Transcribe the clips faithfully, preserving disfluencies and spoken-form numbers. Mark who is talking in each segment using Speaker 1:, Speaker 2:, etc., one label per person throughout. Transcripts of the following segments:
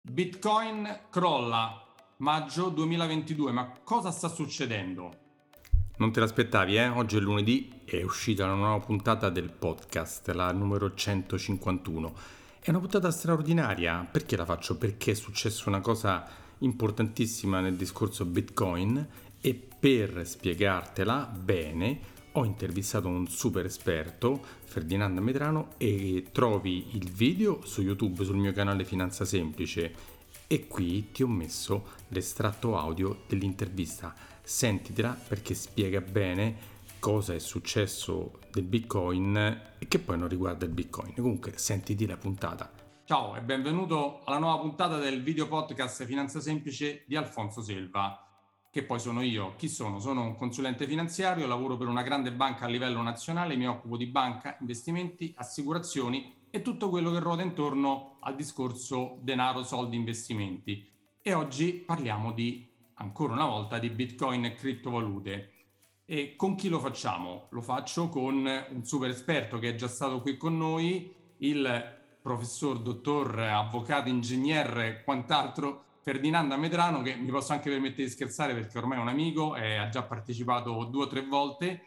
Speaker 1: Bitcoin crolla, maggio duemilaventidue, ma cosa sta succedendo?
Speaker 2: Non te l'aspettavi, eh? Oggi è lunedì e è uscita una nuova puntata del podcast, la numero centocinquantuno. È una puntata straordinaria. Perché la faccio? Perché è successa una cosa importantissima nel discorso Bitcoin e per spiegartela bene ho intervistato un super esperto, Ferdinando Medrano, e trovi il video su YouTube sul mio canale Finanza Semplice e qui ti ho messo l'estratto audio dell'intervista. Sentitela perché spiega bene cosa è successo del Bitcoin e che poi non riguarda il Bitcoin. Comunque sentiti la puntata.
Speaker 1: Ciao e benvenuto alla nuova puntata del video podcast Finanza Semplice di Alfonso Selva, che poi sono io. Chi sono? Sono un consulente finanziario, lavoro per una grande banca a livello nazionale, mi occupo di banca, investimenti, assicurazioni e tutto quello che ruota intorno al discorso denaro, soldi, investimenti. E oggi parliamo di, ancora una volta, di Bitcoin e criptovalute. E con chi lo facciamo? Lo faccio con un super esperto che è già stato qui con noi, il professor, dottor, avvocato, ingegner, quant'altro, Ferdinando Medrano, che mi posso anche permettere di scherzare perché ormai è un amico, eh, ha già partecipato due o tre volte,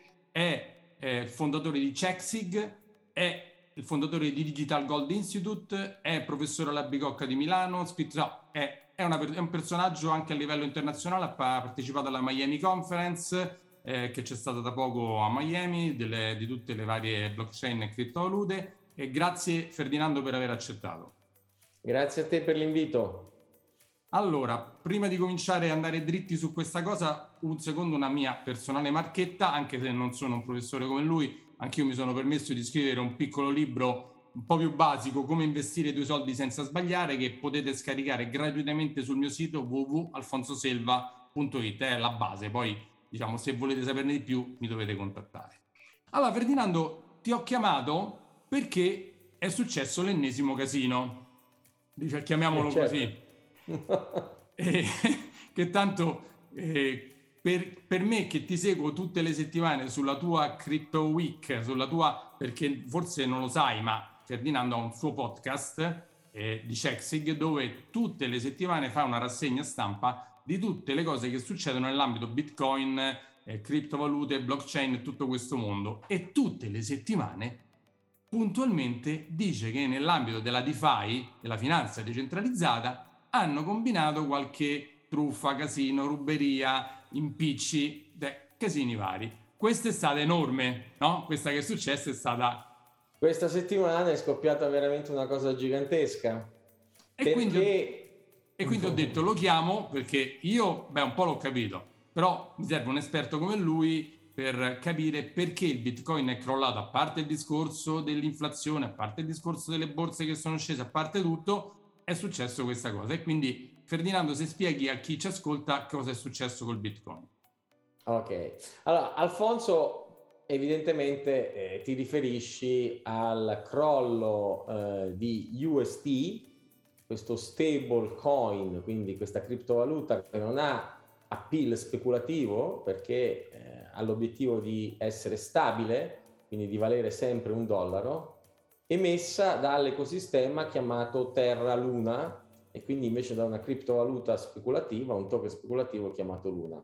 Speaker 1: è eh, fondatore di Chexig, è il fondatore di Digital Gold Institute, è professore alla Bicocca di Milano, scritto, è, è, una, è un personaggio anche a livello internazionale, ha partecipato alla Miami Conference, eh, che c'è stata da poco a Miami, delle, di tutte le varie blockchain e criptovalute. E grazie Ferdinando per aver accettato.
Speaker 3: Grazie a te per l'invito.
Speaker 1: Allora, prima di cominciare ad andare dritti su questa cosa, un secondo una mia personale marchetta, anche se non sono un professore come lui, anch'io mi sono permesso di scrivere un piccolo libro un po' più basico, come investire i tuoi soldi senza sbagliare, che potete scaricare gratuitamente sul mio sito w w w punto alfonsoselva punto it, è la base, poi diciamo se volete saperne di più mi dovete contattare. Allora Ferdinando, ti ho chiamato perché è successo l'ennesimo casino, dice, chiamiamolo
Speaker 3: eh, certo.
Speaker 1: così, e, che tanto eh, per, per me che ti seguo tutte le settimane sulla tua Crypto Week, sulla tua, perché forse non lo sai, ma Ferdinando ha un suo podcast eh, di Chexig dove tutte le settimane fa una rassegna stampa di tutte le cose che succedono nell'ambito Bitcoin, eh, criptovalute, blockchain e tutto questo mondo, e tutte le settimane puntualmente dice che nell'ambito della DeFi, della finanza decentralizzata, hanno combinato qualche truffa, casino, ruberia, impicci, beh, casini vari. Quest'estate è enorme, no? Questa che è successa è stata...
Speaker 3: Questa settimana è scoppiata veramente una cosa gigantesca.
Speaker 1: E
Speaker 3: perché...
Speaker 1: quindi, e quindi ho detto, lo chiamo perché io, beh, un po' l'ho capito, però mi serve un esperto come lui per capire perché il Bitcoin è crollato, a parte il discorso dell'inflazione, a parte il discorso delle borse che sono scese, a parte tutto, è successo questa cosa. E quindi Ferdinando, se spieghi a chi ci ascolta cosa è successo col Bitcoin.
Speaker 3: Ok, allora Alfonso, evidentemente eh, ti riferisci al crollo eh, di U S D, questo stable coin, quindi questa criptovaluta che non ha appeal speculativo perché eh, ha l'obiettivo di essere stabile, quindi di valere sempre un dollaro, emessa dall'ecosistema chiamato Terra Luna, e quindi invece da una criptovaluta speculativa, un token speculativo chiamato Luna.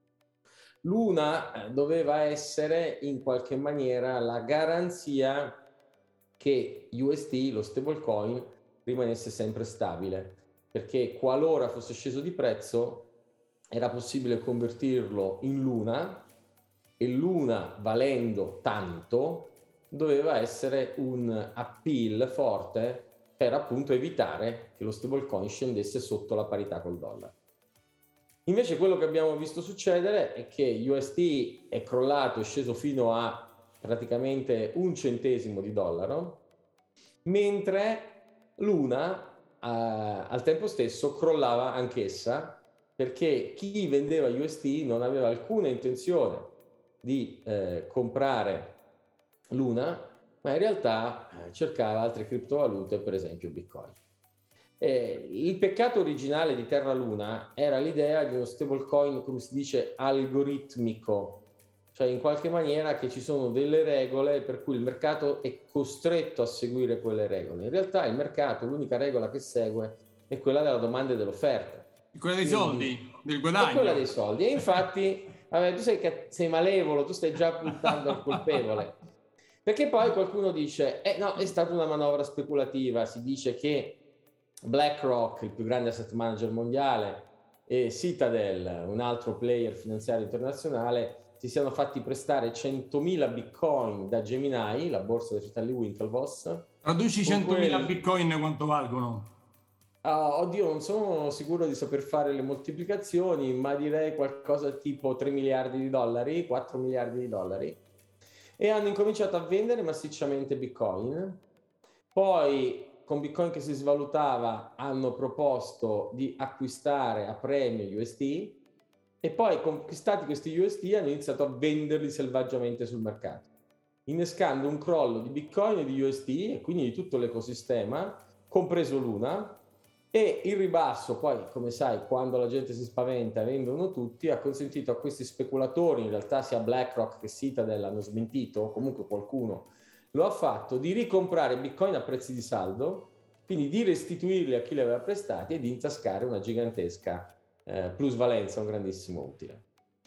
Speaker 3: Luna doveva essere in qualche maniera la garanzia che U S D, lo stablecoin, rimanesse sempre stabile, perché qualora fosse sceso di prezzo era possibile convertirlo in Luna, e Luna, valendo tanto, doveva essere un appeal forte per appunto evitare che lo stablecoin scendesse sotto la parità col dollaro. Invece quello che abbiamo visto succedere è che U S D è crollato, è sceso fino a praticamente un centesimo di dollaro, mentre Luna eh, al tempo stesso crollava anch'essa, perché chi vendeva U S D non aveva alcuna intenzione di eh, comprare Luna, ma in realtà eh, cercava altre criptovalute, per esempio Bitcoin. Eh, il peccato originale di Terra Luna era l'idea di uno stablecoin, come si dice, algoritmico, cioè in qualche maniera che ci sono delle regole per cui il mercato è costretto a seguire quelle regole. In realtà il mercato, l'unica regola che segue è quella della domanda e dell'offerta.
Speaker 1: È quella dei
Speaker 3: Quindi,
Speaker 1: soldi, del guadagno.
Speaker 3: È quella dei soldi. E infatti, vabbè, tu sei, sei malevolo, tu stai già puntando al colpevole. Perché poi qualcuno dice, eh no, è stata una manovra speculativa, si dice che BlackRock, il più grande asset manager mondiale, e Citadel, un altro player finanziario internazionale, si siano fatti prestare centomila bitcoin da Gemini, la borsa dei fratelli Winklevoss.
Speaker 1: Traduci centomila quel... bitcoin quanto valgono?
Speaker 3: Uh, oddio, non sono sicuro di saper fare le moltiplicazioni, ma direi qualcosa tipo tre miliardi di dollari, quattro miliardi di dollari. E hanno incominciato a vendere massicciamente bitcoin. Poi, con bitcoin che si svalutava, hanno proposto di acquistare a premio U S D, e poi, conquistati questi U S D, hanno iniziato a venderli selvaggiamente sul mercato, innescando un crollo di bitcoin e di U S D, e quindi di tutto l'ecosistema, compreso Luna. E il ribasso, poi, come sai, quando la gente si spaventa e vendono tutti, ha consentito a questi speculatori, in realtà sia BlackRock che Citadel hanno smentito, comunque qualcuno lo ha fatto, di ricomprare bitcoin a prezzi di saldo, quindi di restituirli a chi li aveva prestati e di intascare una gigantesca eh, plusvalenza, un grandissimo utile.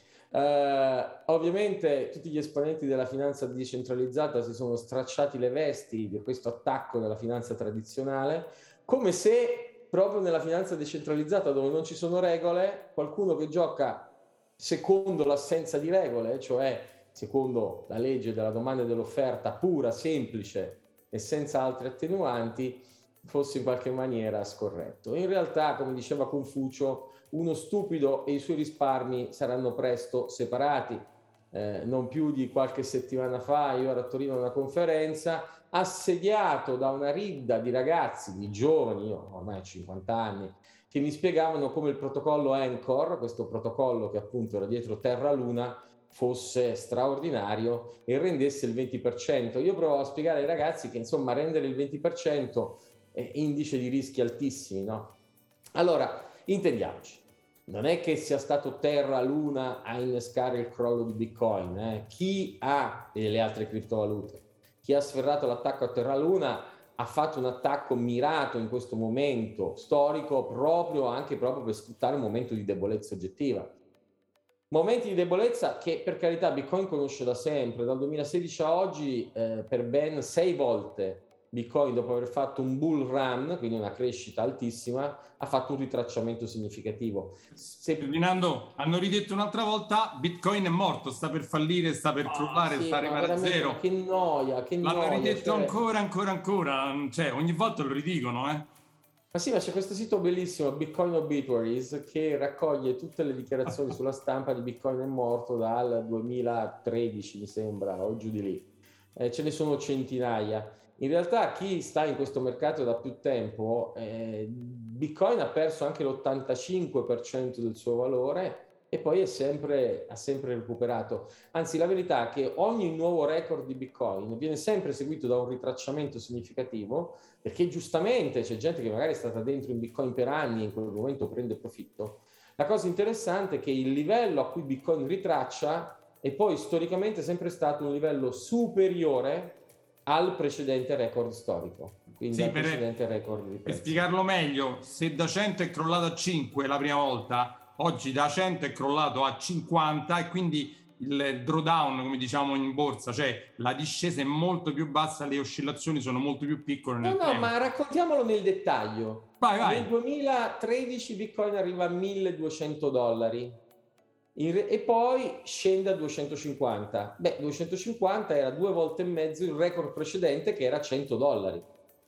Speaker 3: Uh, ovviamente tutti gli esponenti della finanza decentralizzata si sono stracciati le vesti di questo attacco della finanza tradizionale, come se proprio nella finanza decentralizzata, dove non ci sono regole, qualcuno che gioca secondo l'assenza di regole, cioè secondo la legge della domanda e dell'offerta pura, semplice e senza altre attenuanti, fosse in qualche maniera scorretto. In realtà, come diceva Confucio, uno stupido e i suoi risparmi saranno presto separati. Eh, non più di qualche settimana fa io ero a Torino a una conferenza, assediato da una ridda di ragazzi, di giovani, io ormai ho cinquanta anni, che mi spiegavano come il protocollo Anchor, questo protocollo che appunto era dietro Terra Luna, fosse straordinario e rendesse il venti per cento. Io provavo a spiegare ai ragazzi che insomma rendere il venti per cento è indice di rischi altissimi, no? Allora, intendiamoci, non è che sia stato Terra Luna a innescare il crollo di Bitcoin, eh? Chi ha, e le altre criptovalute, chi ha sferrato l'attacco a Terra Luna ha fatto un attacco mirato in questo momento storico, proprio anche proprio per sfruttare un momento di debolezza oggettiva. Momenti di debolezza che, per carità, Bitcoin conosce da sempre. Dal duemilasedici a oggi, eh, per ben sei volte, Bitcoin, dopo aver fatto un bull run, quindi una crescita altissima, ha fatto un ritracciamento significativo.
Speaker 1: Se... Ferdinando, hanno ridetto un'altra volta, Bitcoin è morto, sta per fallire, sta per crollare, oh, sì, sta arrivando a zero.
Speaker 3: Che noia, che
Speaker 1: L'hanno
Speaker 3: noia.
Speaker 1: ridetto
Speaker 3: cioè...
Speaker 1: ancora, ancora, ancora. Cioè, ogni volta lo ridicono, eh.
Speaker 3: Ma sì, ma c'è questo sito bellissimo, Bitcoin Obituaries, che raccoglie tutte le dichiarazioni sulla stampa di Bitcoin è morto dal duemilatredici, mi sembra, o giù di lì. Eh, ce ne sono centinaia. In realtà chi sta in questo mercato da più tempo, eh, Bitcoin ha perso anche l'ottantacinque per cento del suo valore e poi è sempre, ha sempre recuperato. Anzi, la verità è che ogni nuovo record di Bitcoin viene sempre seguito da un ritracciamento significativo, perché giustamente c'è gente che magari è stata dentro in Bitcoin per anni e in quel momento prende profitto. La cosa interessante è che il livello a cui Bitcoin ritraccia è poi storicamente sempre stato un livello superiore al precedente record storico, quindi
Speaker 1: sì,
Speaker 3: al
Speaker 1: per,
Speaker 3: precedente record di prezzi.
Speaker 1: Per spiegarlo meglio, se da cento è crollato a cinque la prima volta, oggi da cento è crollato a cinquanta e quindi il drawdown, come diciamo in borsa, cioè la discesa è molto più bassa, le oscillazioni sono molto più piccole nel
Speaker 3: no,
Speaker 1: tempo.
Speaker 3: No, ma raccontiamolo nel dettaglio.
Speaker 1: Vai, vai.
Speaker 3: Nel duemilatredici Bitcoin arriva a milleduecento dollari. Re- e poi scende a duecentocinquanta. Beh, duecentocinquanta era due volte e mezzo il record precedente che era cento dollari.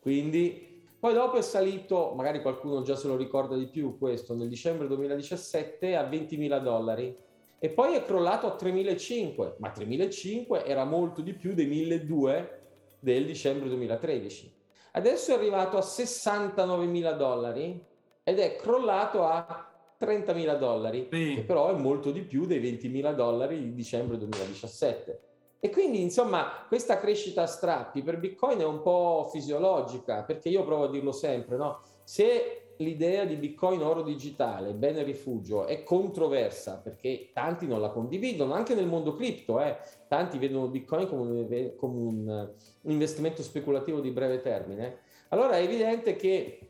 Speaker 3: Quindi poi dopo è salito, magari qualcuno già se lo ricorda di più questo, nel dicembre duemiladiciassette a ventimila dollari e poi è crollato a tremilacinquecento, ma tremilacinquecento era molto di più dei milleduecento del dicembre duemilatredici. Adesso è arrivato a sessantanovemila dollari ed è crollato a trentamila dollari, sì, che però è molto di più dei ventimila dollari di dicembre duemiladiciassette. E quindi, insomma, questa crescita a strappi per Bitcoin è un po' fisiologica, perché io provo a dirlo sempre, no? Se l'idea di Bitcoin oro digitale, bene rifugio, è controversa, perché tanti non la condividono, anche nel mondo cripto, eh, tanti vedono Bitcoin come un, come un investimento speculativo di breve termine, allora è evidente che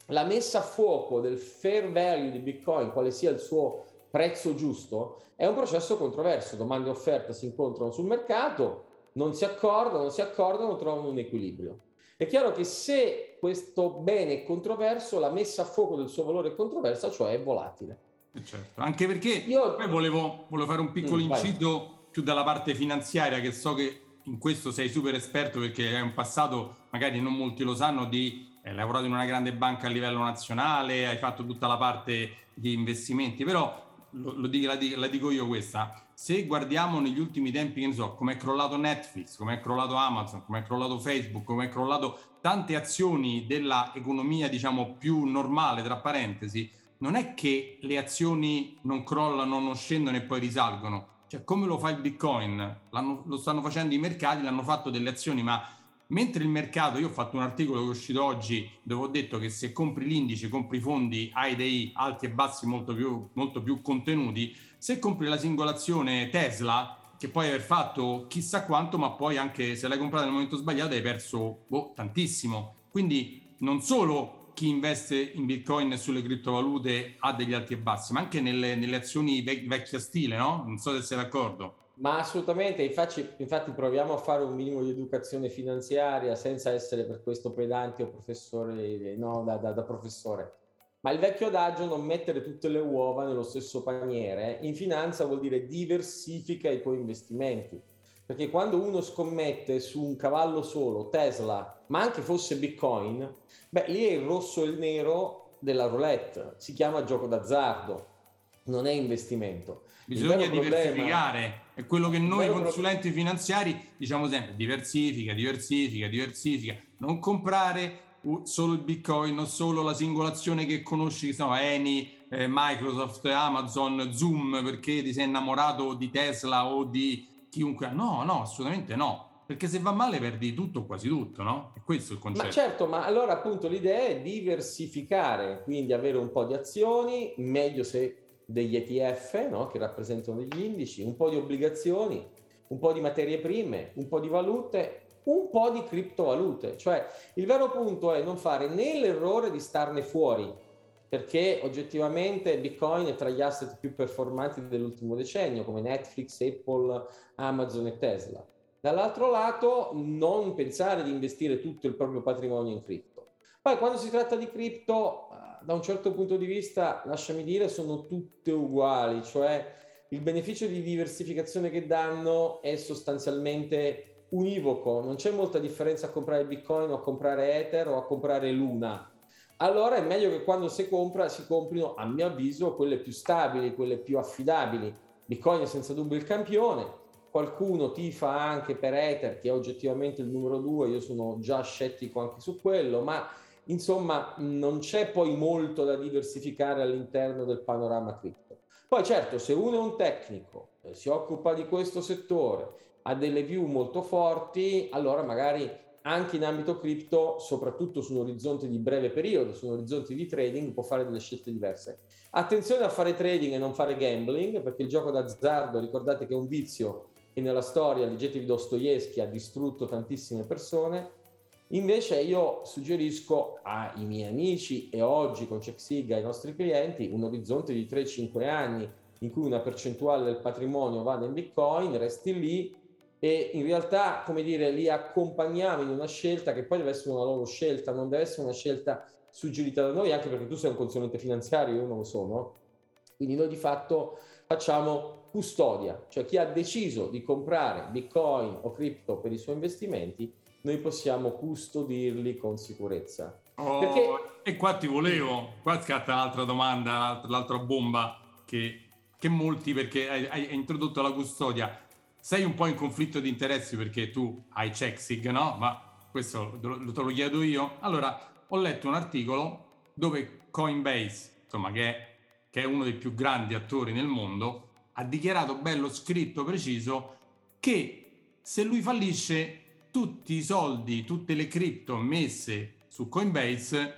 Speaker 3: la messa a fuoco del fair value di Bitcoin, quale sia il suo prezzo giusto, è un processo controverso. Domanda e offerta si incontrano sul mercato, non si accordano, non si accordano, trovano un equilibrio. È chiaro che se questo bene è controverso, la messa a fuoco del suo valore è controversa, cioè è volatile.
Speaker 1: Certo, anche perché io poi volevo, volevo fare un piccolo mm, inciso più dalla parte finanziaria, che so che in questo sei super esperto perché hai un passato, magari non molti lo sanno, di hai lavorato in una grande banca a livello nazionale, hai fatto tutta la parte di investimenti, però lo, lo dico, la, la dico io questa: se guardiamo negli ultimi tempi, che ne so, come è crollato Netflix, come è crollato Amazon, come è crollato Facebook, come è crollato tante azioni della economia, diciamo, più normale, tra parentesi, non è che le azioni non crollano, non scendono e poi risalgono. Cioè, come lo fa il Bitcoin? L'hanno, lo stanno facendo i mercati, l'hanno fatto delle azioni, ma mentre il mercato, io ho fatto un articolo che è uscito oggi dove ho detto che se compri l'indice, compri i fondi, hai dei alti e bassi molto più, molto più contenuti. Se compri la singola azione Tesla, che puoi aver fatto chissà quanto, ma poi anche se l'hai comprata nel momento sbagliato hai perso boh, tantissimo. Quindi non solo chi investe in Bitcoin e sulle criptovalute ha degli alti e bassi, ma anche nelle, nelle azioni vec- vecchia stile, no? Non so se sei d'accordo.
Speaker 3: Ma assolutamente, infatti, infatti proviamo a fare un minimo di educazione finanziaria senza essere per questo pedanti o professore, no, da, da, da professore. Ma il vecchio adagio, non mettere tutte le uova nello stesso paniere, in finanza vuol dire diversifica i tuoi investimenti. Perché quando uno scommette su un cavallo solo, Tesla, ma anche fosse Bitcoin, beh, lì è il rosso e il nero della roulette, si chiama gioco d'azzardo, non è investimento.
Speaker 1: Bisogna diversificare, problema, è quello che noi consulenti pro... finanziari diciamo sempre: diversifica, diversifica, diversifica, non comprare solo il Bitcoin o solo la singola azione che conosci, no, Eni, eh, Microsoft, Amazon, Zoom, perché ti sei innamorato di Tesla o di chiunque. No, no, assolutamente no, perché se va male perdi tutto o quasi tutto, no? È questo il concetto.
Speaker 3: Ma certo, ma allora appunto l'idea è diversificare, quindi avere un po' di azioni, meglio se degli E T F, no? Che rappresentano degli indici, un po' di obbligazioni, un po' di materie prime, un po' di valute, un po' di criptovalute. Cioè il vero punto è non fare né l'errore di starne fuori, perché oggettivamente Bitcoin è tra gli asset più performanti dell'ultimo decennio, come Netflix, Apple, Amazon e Tesla. Dall'altro lato, non pensare di investire tutto il proprio patrimonio in cripto. Poi quando si tratta di cripto, da un certo punto di vista, lasciami dire, sono tutte uguali, cioè il beneficio di diversificazione che danno è sostanzialmente univoco, non c'è molta differenza a comprare Bitcoin o a comprare Ether o a comprare Luna. Allora è meglio che quando si compra si comprino, a mio avviso, quelle più stabili, quelle più affidabili. Bitcoin è senza dubbio il campione. Qualcuno tifa anche per Ether, che è oggettivamente il numero due, io sono già scettico anche su quello, ma insomma non c'è poi molto da diversificare all'interno del panorama cripto. Poi certo, se uno è un tecnico, eh, si occupa di questo settore, ha delle view molto forti, allora magari anche in ambito cripto, soprattutto su un orizzonte di breve periodo, su un orizzonte di trading, può fare delle scelte diverse. Attenzione a fare trading e non fare gambling, perché il gioco d'azzardo, ricordate che è un vizio che nella storia, leggetevi Dostoevskij, ha distrutto tantissime persone. Invece io suggerisco ai miei amici e oggi con CheckSig ai nostri clienti un orizzonte di tre cinque anni in cui una percentuale del patrimonio vada in Bitcoin, resti lì e in realtà, come dire, li accompagniamo in una scelta che poi deve essere una loro scelta, non deve essere una scelta suggerita da noi, anche perché tu sei un consulente finanziario, io non lo sono. Quindi noi di fatto facciamo custodia, cioè chi ha deciso di comprare Bitcoin o cripto per i suoi investimenti, noi possiamo custodirli con sicurezza.
Speaker 1: Oh, perché... E qua ti volevo, qua scatta l'altra domanda, l'altra bomba che, che molti, perché hai, hai introdotto la custodia, sei un po' in conflitto di interessi perché tu hai CheckSig, no? Ma questo te lo chiedo io. Allora, ho letto un articolo dove Coinbase, insomma, che è, che è uno dei più grandi attori nel mondo, ha dichiarato bello scritto preciso che se lui fallisce tutti i soldi, tutte le cripto messe su Coinbase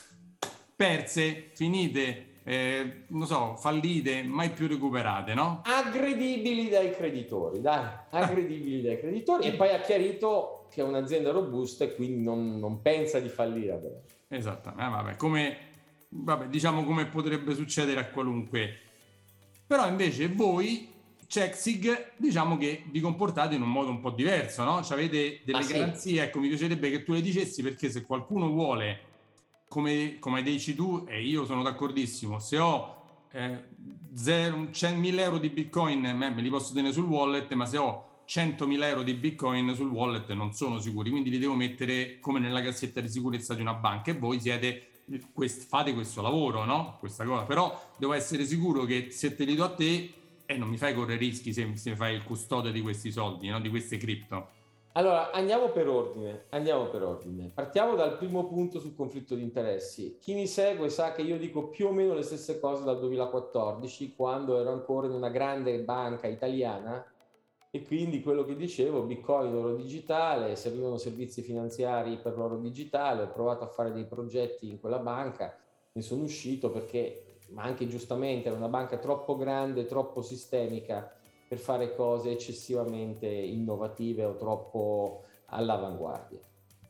Speaker 1: perse, finite, eh, non so, fallite, mai più recuperate, no?
Speaker 3: Aggredibili dai creditori, dai, aggredibili dai creditori. E poi ha chiarito che è un'azienda robusta e quindi non, non pensa di fallire.
Speaker 1: Esattamente, eh, vabbè, come, vabbè, diciamo come potrebbe succedere a qualunque. Però invece voi, Chexig, diciamo che vi comportate in un modo un po' diverso, no? Cioè avete delle
Speaker 3: sì.
Speaker 1: garanzie, ecco, mi piacerebbe che tu le dicessi, perché se qualcuno vuole, come, come dici tu, e io sono d'accordissimo, se ho eh, mille euro di Bitcoin, me, me li posso tenere sul wallet, ma se ho centomila euro di Bitcoin sul wallet non sono sicuri, quindi li devo mettere come nella cassetta di sicurezza di una banca, e voi siete, quest, fate questo lavoro, no? Questa cosa, però devo essere sicuro che se te li do a te, e eh, non mi fai correre rischi se, se fai il custode di questi soldi, no? Di queste cripto.
Speaker 3: Allora, andiamo per ordine, andiamo per ordine. Partiamo dal primo punto sul conflitto di interessi. Chi mi segue sa che io dico più o meno le stesse cose dal duemilaquattordici, quando ero ancora in una grande banca italiana, e quindi quello che dicevo, Bitcoin, oro digitale, servivano servizi finanziari per l'oro digitale, ho provato a fare dei progetti in quella banca, ne sono uscito perché, ma anche giustamente, era una banca troppo grande, troppo sistemica per fare cose eccessivamente innovative o troppo all'avanguardia.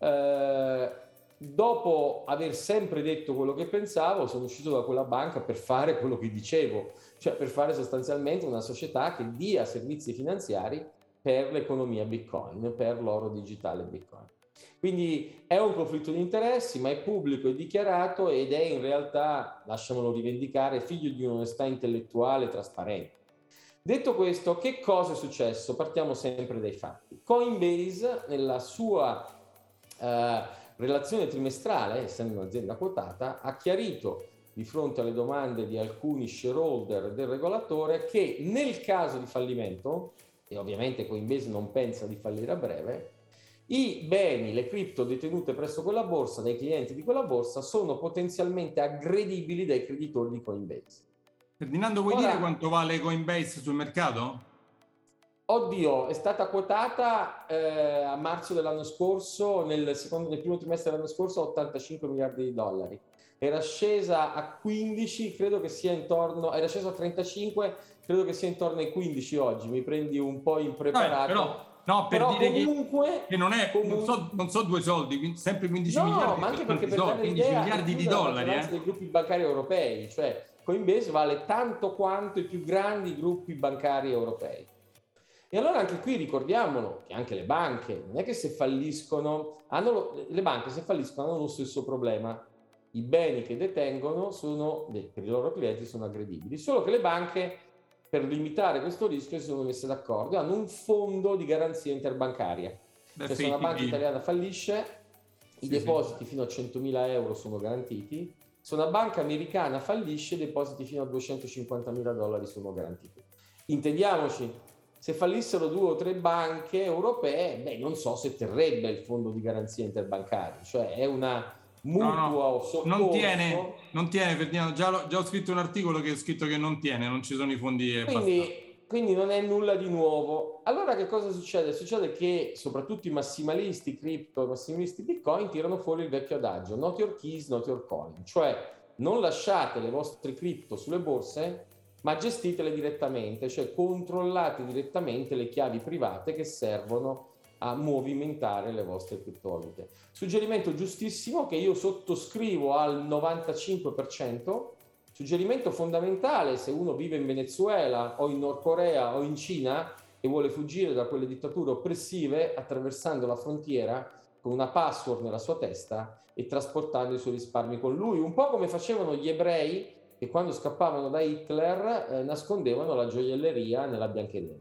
Speaker 3: Eh, dopo aver sempre detto quello che pensavo, sono uscito da quella banca per fare quello che dicevo, cioè per fare sostanzialmente una società che dia servizi finanziari per l'economia Bitcoin, per l'oro digitale Bitcoin. Quindi è un conflitto di interessi, ma è pubblico e dichiarato, ed è in realtà, lasciamolo rivendicare, figlio di un'onestà intellettuale trasparente. Detto questo, che cosa è successo? Partiamo sempre dai fatti. Coinbase, nella sua eh, relazione trimestrale, essendo un'azienda quotata, ha chiarito di fronte alle domande di alcuni shareholder del regolatore che nel caso di fallimento, e ovviamente Coinbase non pensa di fallire a breve, i beni, le cripto detenute presso quella borsa dai clienti di quella borsa sono potenzialmente aggredibili dai creditori di Coinbase.
Speaker 1: Ferdinando, vuoi
Speaker 3: Ora,
Speaker 1: dire quanto vale Coinbase sul mercato?
Speaker 3: Oddio, è stata quotata eh, a marzo dell'anno scorso, nel, secondo, nel primo trimestre dell'anno scorso, a ottantacinque miliardi di dollari. Era scesa a quindici, credo che sia intorno, era scesa a trentacinque, credo che sia intorno ai quindici oggi. Mi prendi un po' impreparato.
Speaker 1: Vabbè, però, no, per
Speaker 3: però
Speaker 1: dire
Speaker 3: comunque,
Speaker 1: che, che non è,
Speaker 3: comun-
Speaker 1: non, so, non so due soldi, sempre quindici
Speaker 3: no,
Speaker 1: miliardi,
Speaker 3: ma anche perché per
Speaker 1: soldi,
Speaker 3: dare
Speaker 1: quindici
Speaker 3: l'idea
Speaker 1: miliardi di
Speaker 3: include la
Speaker 1: dollari.
Speaker 3: maggioranza
Speaker 1: Eh?
Speaker 3: dei gruppi bancari europei, cioè Coinbase vale tanto quanto i più grandi gruppi bancari europei. E allora anche qui ricordiamolo che anche le banche, non è che se falliscono, hanno lo, le banche se falliscono hanno lo stesso problema. I beni che detengono sono, per i loro clienti sono aggredibili, solo che le banche per limitare questo rischio si sono messe d'accordo e hanno un fondo di garanzia interbancaria. Cioè se una banca italiana fallisce, i sì, depositi sì. fino a centomila euro sono garantiti, se una banca americana fallisce, i depositi fino a duecentocinquantamila dollari sono garantiti. Intendiamoci, se fallissero due o tre banche europee, beh, non so se terrebbe il fondo di garanzia interbancaria, cioè è una mutua no, no, o soccorso.
Speaker 1: Non tiene, non tiene Ferdinando, già, già ho scritto un articolo che ho scritto che non tiene, non ci sono i fondi.
Speaker 3: Quindi, quindi non è nulla di nuovo. Allora che cosa succede? Succede che soprattutto i massimalisti cripto, i massimalisti Bitcoin tirano fuori il vecchio adagio, not your keys, not your coin, cioè non lasciate le vostre cripto sulle borse, ma gestitele direttamente, cioè controllate direttamente le chiavi private che servono a movimentare le vostre criptovalute. Suggerimento giustissimo che io sottoscrivo al novantacinque per cento, suggerimento fondamentale se uno vive in Venezuela o in Nord Corea o in Cina e vuole fuggire da quelle dittature oppressive attraversando la frontiera con una password nella sua testa e trasportando i suoi risparmi con lui, un po' come facevano gli ebrei che quando scappavano da Hitler eh, nascondevano la gioielleria nella biancheria.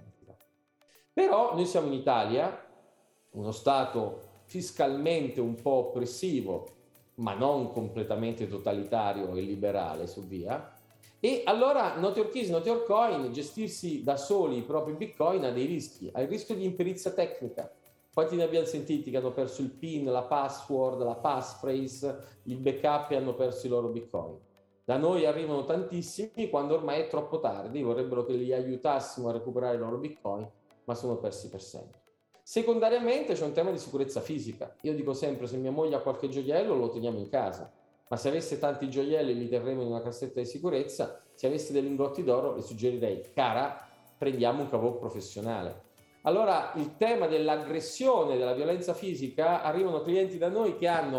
Speaker 3: Però noi siamo in Italia, uno stato fiscalmente un po' oppressivo, ma non completamente totalitario e liberale su via, e allora not your keys, not your coin, gestirsi da soli i propri bitcoin ha dei rischi, ha il rischio di imperizia tecnica. Quanti ne abbiamo sentiti che hanno perso il PIN, la password, la passphrase, il backup e hanno perso i loro bitcoin? Da noi arrivano tantissimi quando ormai è troppo tardi, vorrebbero che li aiutassimo a recuperare i loro bitcoin, ma sono persi per sempre. Secondariamente c'è un tema di sicurezza fisica. Io dico sempre, se mia moglie ha qualche gioiello lo teniamo in casa, ma se avesse tanti gioielli li terremo in una cassetta di sicurezza. Se avesse dei lingotti d'oro le suggerirei, cara, prendiamo un cavò professionale. Allora il tema dell'aggressione, della violenza fisica, arrivano clienti da noi che hanno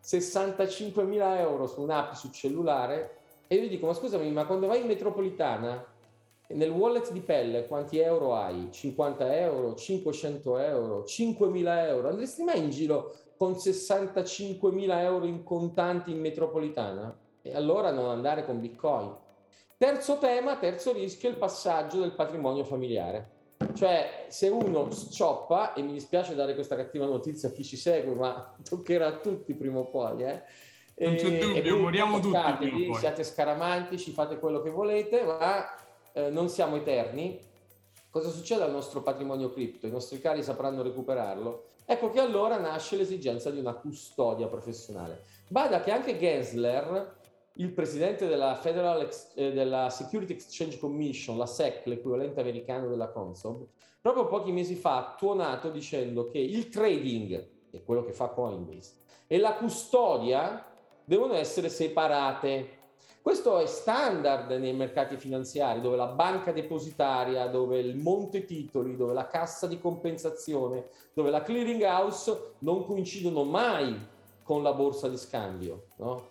Speaker 3: sessantacinquemila euro su un'app sul cellulare e io gli dico: ma scusami, ma quando vai in metropolitana nel wallet di pelle quanti euro hai? cinquanta euro, cinquecento euro, cinquemila euro? Andresti mai in giro con sessantacinquemila euro in contanti in metropolitana? E allora non andare con Bitcoin. Terzo tema, terzo rischio, il passaggio del patrimonio familiare. Cioè, se uno scioppa, e mi dispiace dare questa cattiva notizia a chi ci segue, ma toccherà a tutti prima o poi, eh?
Speaker 1: Non c'è dubbio, moriamo tutti prima o poi.
Speaker 3: Siate scaramantici, fate quello che volete, ma eh, non siamo eterni. Cosa succede al nostro patrimonio cripto? I nostri cari sapranno recuperarlo. Ecco che allora nasce l'esigenza di una custodia professionale. Bada che anche Gensler, il presidente della Federal Ex- eh, della Security Exchange Commission, la S E C, l'equivalente americano della Consob, proprio pochi mesi fa ha tuonato dicendo che il trading, che è quello che fa Coinbase, e la custodia devono essere separate. Questo è standard nei mercati finanziari, dove la banca depositaria, dove il monte titoli, dove la cassa di compensazione, dove la clearing house non coincidono mai con la borsa di scambio, no?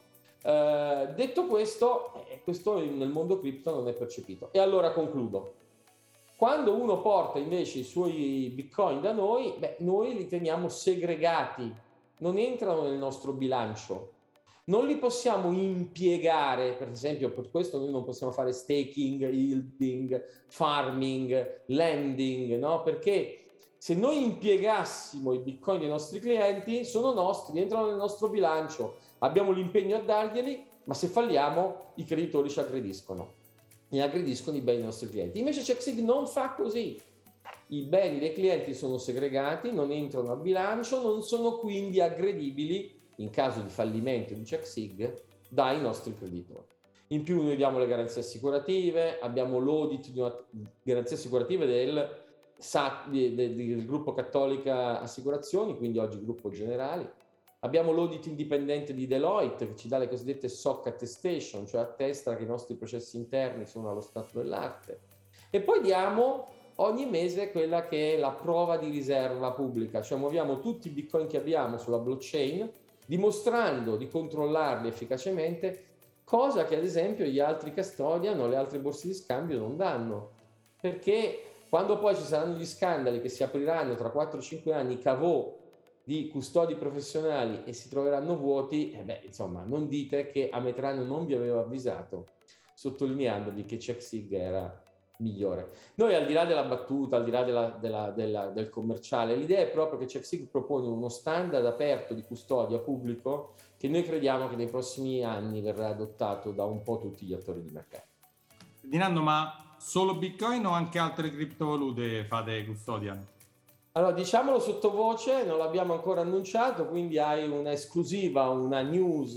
Speaker 3: Eh, detto questo, eh, questo nel mondo cripto non è percepito. E allora concludo. Quando uno porta invece i suoi bitcoin da noi, beh, noi li teniamo segregati, non entrano nel nostro bilancio. Non li possiamo impiegare, per esempio, per questo noi non possiamo fare staking, yielding, farming, lending, no? Perché se noi impiegassimo i bitcoin dei nostri clienti, sono nostri, entrano nel nostro bilancio, abbiamo l'impegno a darglieli, ma se falliamo i creditori ci aggrediscono, e aggrediscono i beni dei nostri clienti. Invece CheckSig non fa così. I beni dei clienti sono segregati, non entrano a bilancio, non sono quindi aggredibili in caso di fallimento di CheckSig dai nostri creditori. In più noi diamo le garanzie assicurative, abbiamo l'audit di una garanzie assicurative del, S A C, del, del gruppo Cattolica Assicurazioni, quindi oggi gruppo Generali. Abbiamo l'audit indipendente di Deloitte che ci dà le cosiddette S O C attestation, cioè attesta che i nostri processi interni sono allo stato dell'arte. E poi diamo ogni mese quella che è la prova di riserva pubblica, cioè muoviamo tutti i bitcoin che abbiamo sulla blockchain, dimostrando di controllarli efficacemente, cosa che ad esempio gli altri custodian o le altre borse di scambio non danno. Perché quando poi ci saranno gli scandali che si apriranno tra quattro cinque anni, cavò di custodi professionali, e si troveranno vuoti, eh beh, insomma, non dite che Ametrano non vi aveva avvisato, sottolineandovi che CheckSig era migliore. Noi, al di là della battuta, al di là della, della, della, del commerciale, l'idea è proprio che CheckSig propone uno standard aperto di custodia pubblico che noi crediamo che nei prossimi anni verrà adottato da un po' tutti gli attori di mercato.
Speaker 1: Ferdinando, ma solo Bitcoin o anche altre criptovalute fate custodia?
Speaker 3: Allora, diciamolo sottovoce, non l'abbiamo ancora annunciato, quindi hai un'esclusiva, una news.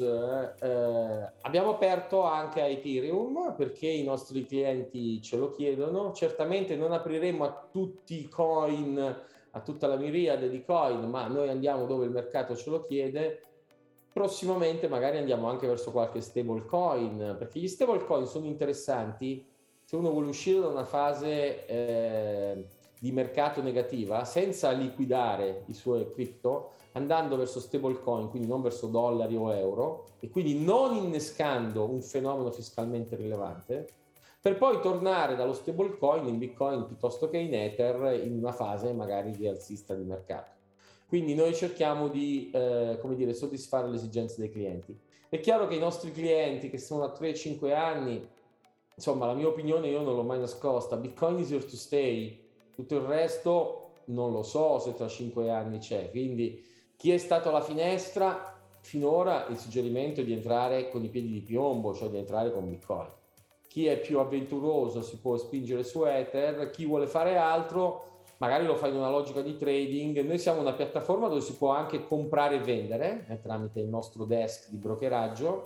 Speaker 3: Eh, abbiamo aperto anche a Ethereum perché i nostri clienti ce lo chiedono. Certamente non apriremo a tutti i coin, a tutta la miriade di coin, ma noi andiamo dove il mercato ce lo chiede. Prossimamente magari andiamo anche verso qualche stable coin, perché gli stable coin sono interessanti se uno vuole uscire da una fase eh, di mercato negativa senza liquidare i suoi cripto, andando verso stablecoin, quindi non verso dollari o euro, e quindi non innescando un fenomeno fiscalmente rilevante, per poi tornare dallo stablecoin in Bitcoin piuttosto che in Ether in una fase magari di alzista di mercato. Quindi noi cerchiamo di eh, come dire, soddisfare le esigenze dei clienti. È chiaro che i nostri clienti che sono a tre cinque anni, insomma, la mia opinione io non l'ho mai nascosta, Bitcoin is here to stay. Tutto il resto non lo so se tra cinque anni c'è, quindi chi è stato alla finestra finora, il suggerimento è di entrare con i piedi di piombo, cioè di entrare con Bitcoin. Chi è più avventuroso si può spingere su Ether, chi vuole fare altro magari lo fa in una logica di trading. Noi siamo una piattaforma dove si può anche comprare e vendere eh, tramite il nostro desk di brokeraggio,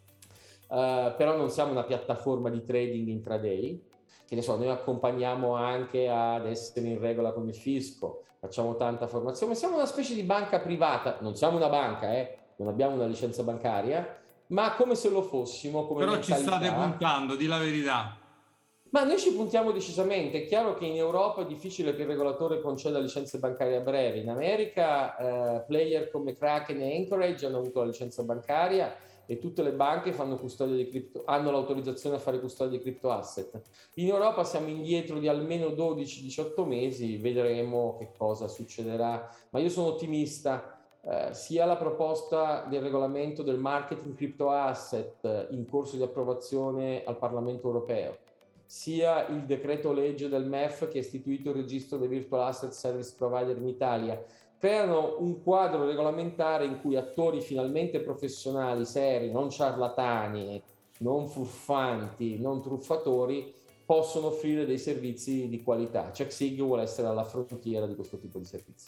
Speaker 3: uh, però non siamo una piattaforma di trading intraday. Che ne so, noi accompagniamo anche ad essere in regola con il fisco, facciamo tanta formazione, siamo una specie di banca privata, non siamo una banca, eh, non abbiamo una licenza bancaria, ma come se lo fossimo, come
Speaker 1: Però
Speaker 3: mentalità.
Speaker 1: ci state puntando, di la verità.
Speaker 3: Ma noi ci puntiamo decisamente. È chiaro che in Europa è difficile che il regolatore conceda licenze bancarie a breve. In America eh, player come Kraken e Anchorage hanno avuto la licenza bancaria e tutte le banche fanno custodia di cripto, hanno l'autorizzazione a fare custodia di crypto asset. In Europa siamo indietro di almeno dodici diciotto mesi, vedremo che cosa succederà. Ma io sono ottimista. Eh, sia la proposta del regolamento del marketing crypto asset eh, in corso di approvazione al Parlamento europeo, sia il decreto legge del M E F che ha istituito il registro dei Virtual Asset Service Provider in Italia, creano un quadro regolamentare in cui attori finalmente professionali, seri, non ciarlatani, non furfanti, non truffatori, possono offrire dei servizi di qualità. CheckSig vuole essere alla frontiera di questo tipo di servizi.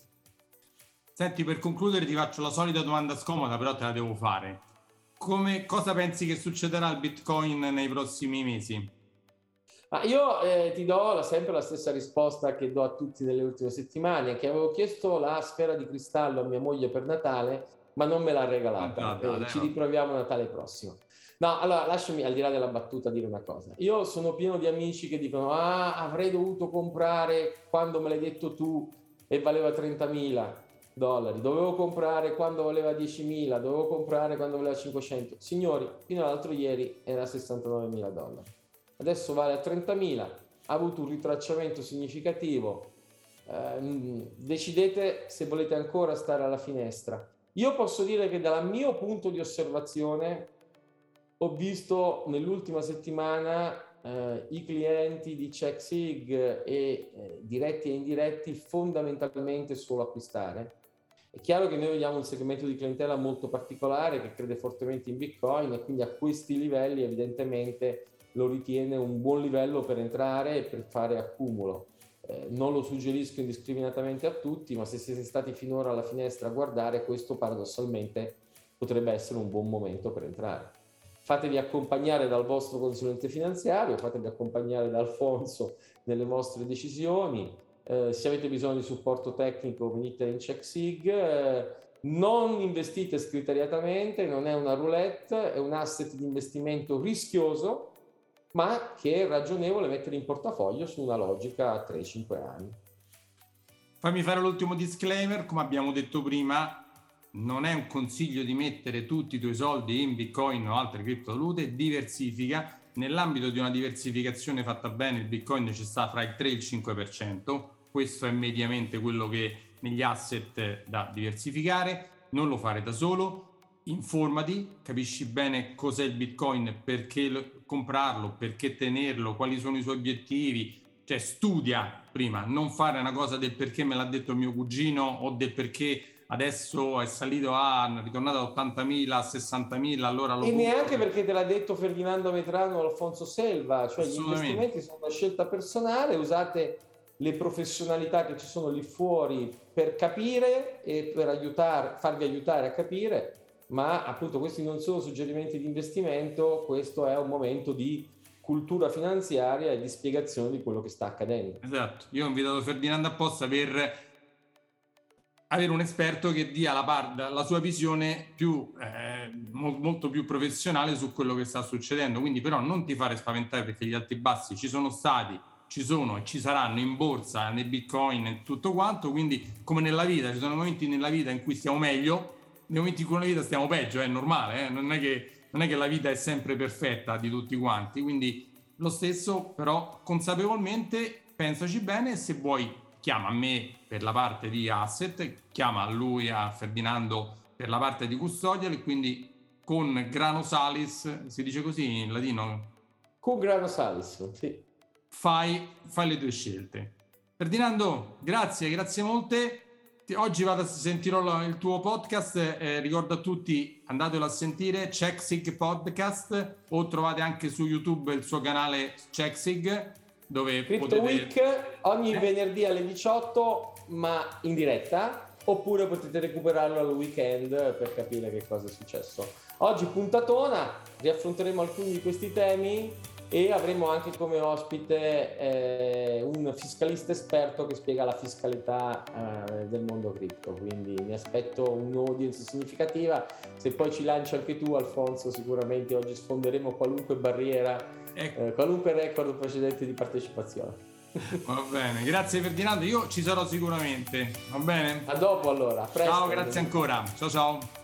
Speaker 1: Senti, per concludere ti faccio la solita domanda scomoda, però te la devo fare. Come, cosa pensi che succederà al Bitcoin nei prossimi mesi?
Speaker 3: Ma io eh, ti do la, sempre la stessa risposta che do a tutti nelle ultime settimane, che avevo chiesto la sfera di cristallo a mia moglie per Natale, ma non me l'ha regalata.
Speaker 1: Ah,
Speaker 3: eh, ci riproviamo Natale prossimo. No, allora lasciami, al di là della battuta, dire una cosa. Io sono pieno di amici che dicono: ah, avrei dovuto comprare quando me l'hai detto tu e valeva trentamila dollari, dovevo comprare quando valeva diecimila, dovevo comprare quando valeva cinquecento. Signori, fino all'altro ieri era sessantanovemila dollari. Adesso vale a trentamila, ha avuto un ritracciamento significativo. Eh, decidete se volete ancora stare alla finestra. Io posso dire che dal mio punto di osservazione ho visto nell'ultima settimana eh, i clienti di CheckSig e eh, diretti e indiretti fondamentalmente solo acquistare. È chiaro che noi vediamo un segmento di clientela molto particolare che crede fortemente in Bitcoin e quindi a questi livelli evidentemente lo ritiene un buon livello per entrare e per fare accumulo. Eh, non lo suggerisco indiscriminatamente a tutti, ma se siete stati finora alla finestra a guardare, questo paradossalmente potrebbe essere un buon momento per entrare. Fatevi accompagnare dal vostro consulente finanziario, fatevi accompagnare da Alfonso nelle vostre decisioni. Eh, se avete bisogno di supporto tecnico venite in CheckSig. Eh, non investite scriteriatamente, non è una roulette, è un asset di investimento rischioso, ma che è ragionevole mettere in portafoglio su una logica a tre cinque anni.
Speaker 1: Fammi fare l'ultimo disclaimer, come abbiamo detto prima, non è un consiglio di mettere tutti i tuoi soldi in Bitcoin o altre criptovalute, diversifica. Nell'ambito di una diversificazione fatta bene il Bitcoin ci sta fra il tre e il cinque per cento, questo è mediamente quello che negli asset da diversificare. Non lo fare da solo, informati, capisci bene cos'è il Bitcoin, perché lo, comprarlo, perché tenerlo, quali sono i suoi obiettivi, cioè studia prima, non fare una cosa del perché me l'ha detto il mio cugino o del perché adesso è salito a, è ritornato da ottantamila a sessantamila, allora lo
Speaker 3: e
Speaker 1: compro.
Speaker 3: neanche perché te l'ha detto Ferdinando Metrano o Alfonso Selva, cioè gli investimenti sono una scelta personale, usate le professionalità che ci sono lì fuori per capire e per aiutare, farvi aiutare a capire, ma appunto questi non sono suggerimenti di investimento, questo è un momento di cultura finanziaria e di spiegazione di quello che sta accadendo.
Speaker 1: Esatto, io ho invitato Ferdinando apposta per avere un esperto che dia la, par- la sua visione più eh, mo- molto più professionale su quello che sta succedendo, quindi però non ti fare spaventare perché gli alti e bassi ci sono stati, ci sono e ci saranno in borsa, nei Bitcoin e tutto quanto, quindi come nella vita ci sono momenti nella vita in cui stiamo meglio, nei momenti in cui nella vita stiamo peggio, è normale, eh? non, è che, non è che la vita è sempre perfetta di tutti quanti, quindi lo stesso, però consapevolmente pensaci bene, se vuoi chiama a me per la parte di asset, chiama a lui, a Ferdinando per la parte di custodial, e quindi con grano salis, si dice così in latino?
Speaker 3: Con grano salis, sì.
Speaker 1: Fai, fai le tue scelte. Ferdinando, grazie, grazie molte. Oggi vado a sentirò il tuo podcast, eh, ricordo a tutti, andatelo a sentire, CheckSig Podcast, o trovate anche su YouTube il suo canale CheckSig, dove
Speaker 3: Crypto
Speaker 1: potete...
Speaker 3: Week ogni
Speaker 1: eh?
Speaker 3: venerdì alle diciotto, ma in diretta, oppure potete recuperarlo al weekend per capire che cosa è successo. Oggi puntatona, riaffronteremo alcuni di questi temi e avremo anche come ospite eh, un fiscalista esperto che spiega la fiscalità eh, del mondo cripto, quindi mi aspetto un'audience significativa. Se poi ci lanci anche tu, Alfonso, sicuramente oggi sfonderemo qualunque barriera eh, qualunque record precedente di partecipazione.
Speaker 1: Va bene, grazie Ferdinando, io ci sarò sicuramente, va bene?
Speaker 3: A dopo allora, a presto.
Speaker 1: Ciao, grazie ancora, ciao ciao.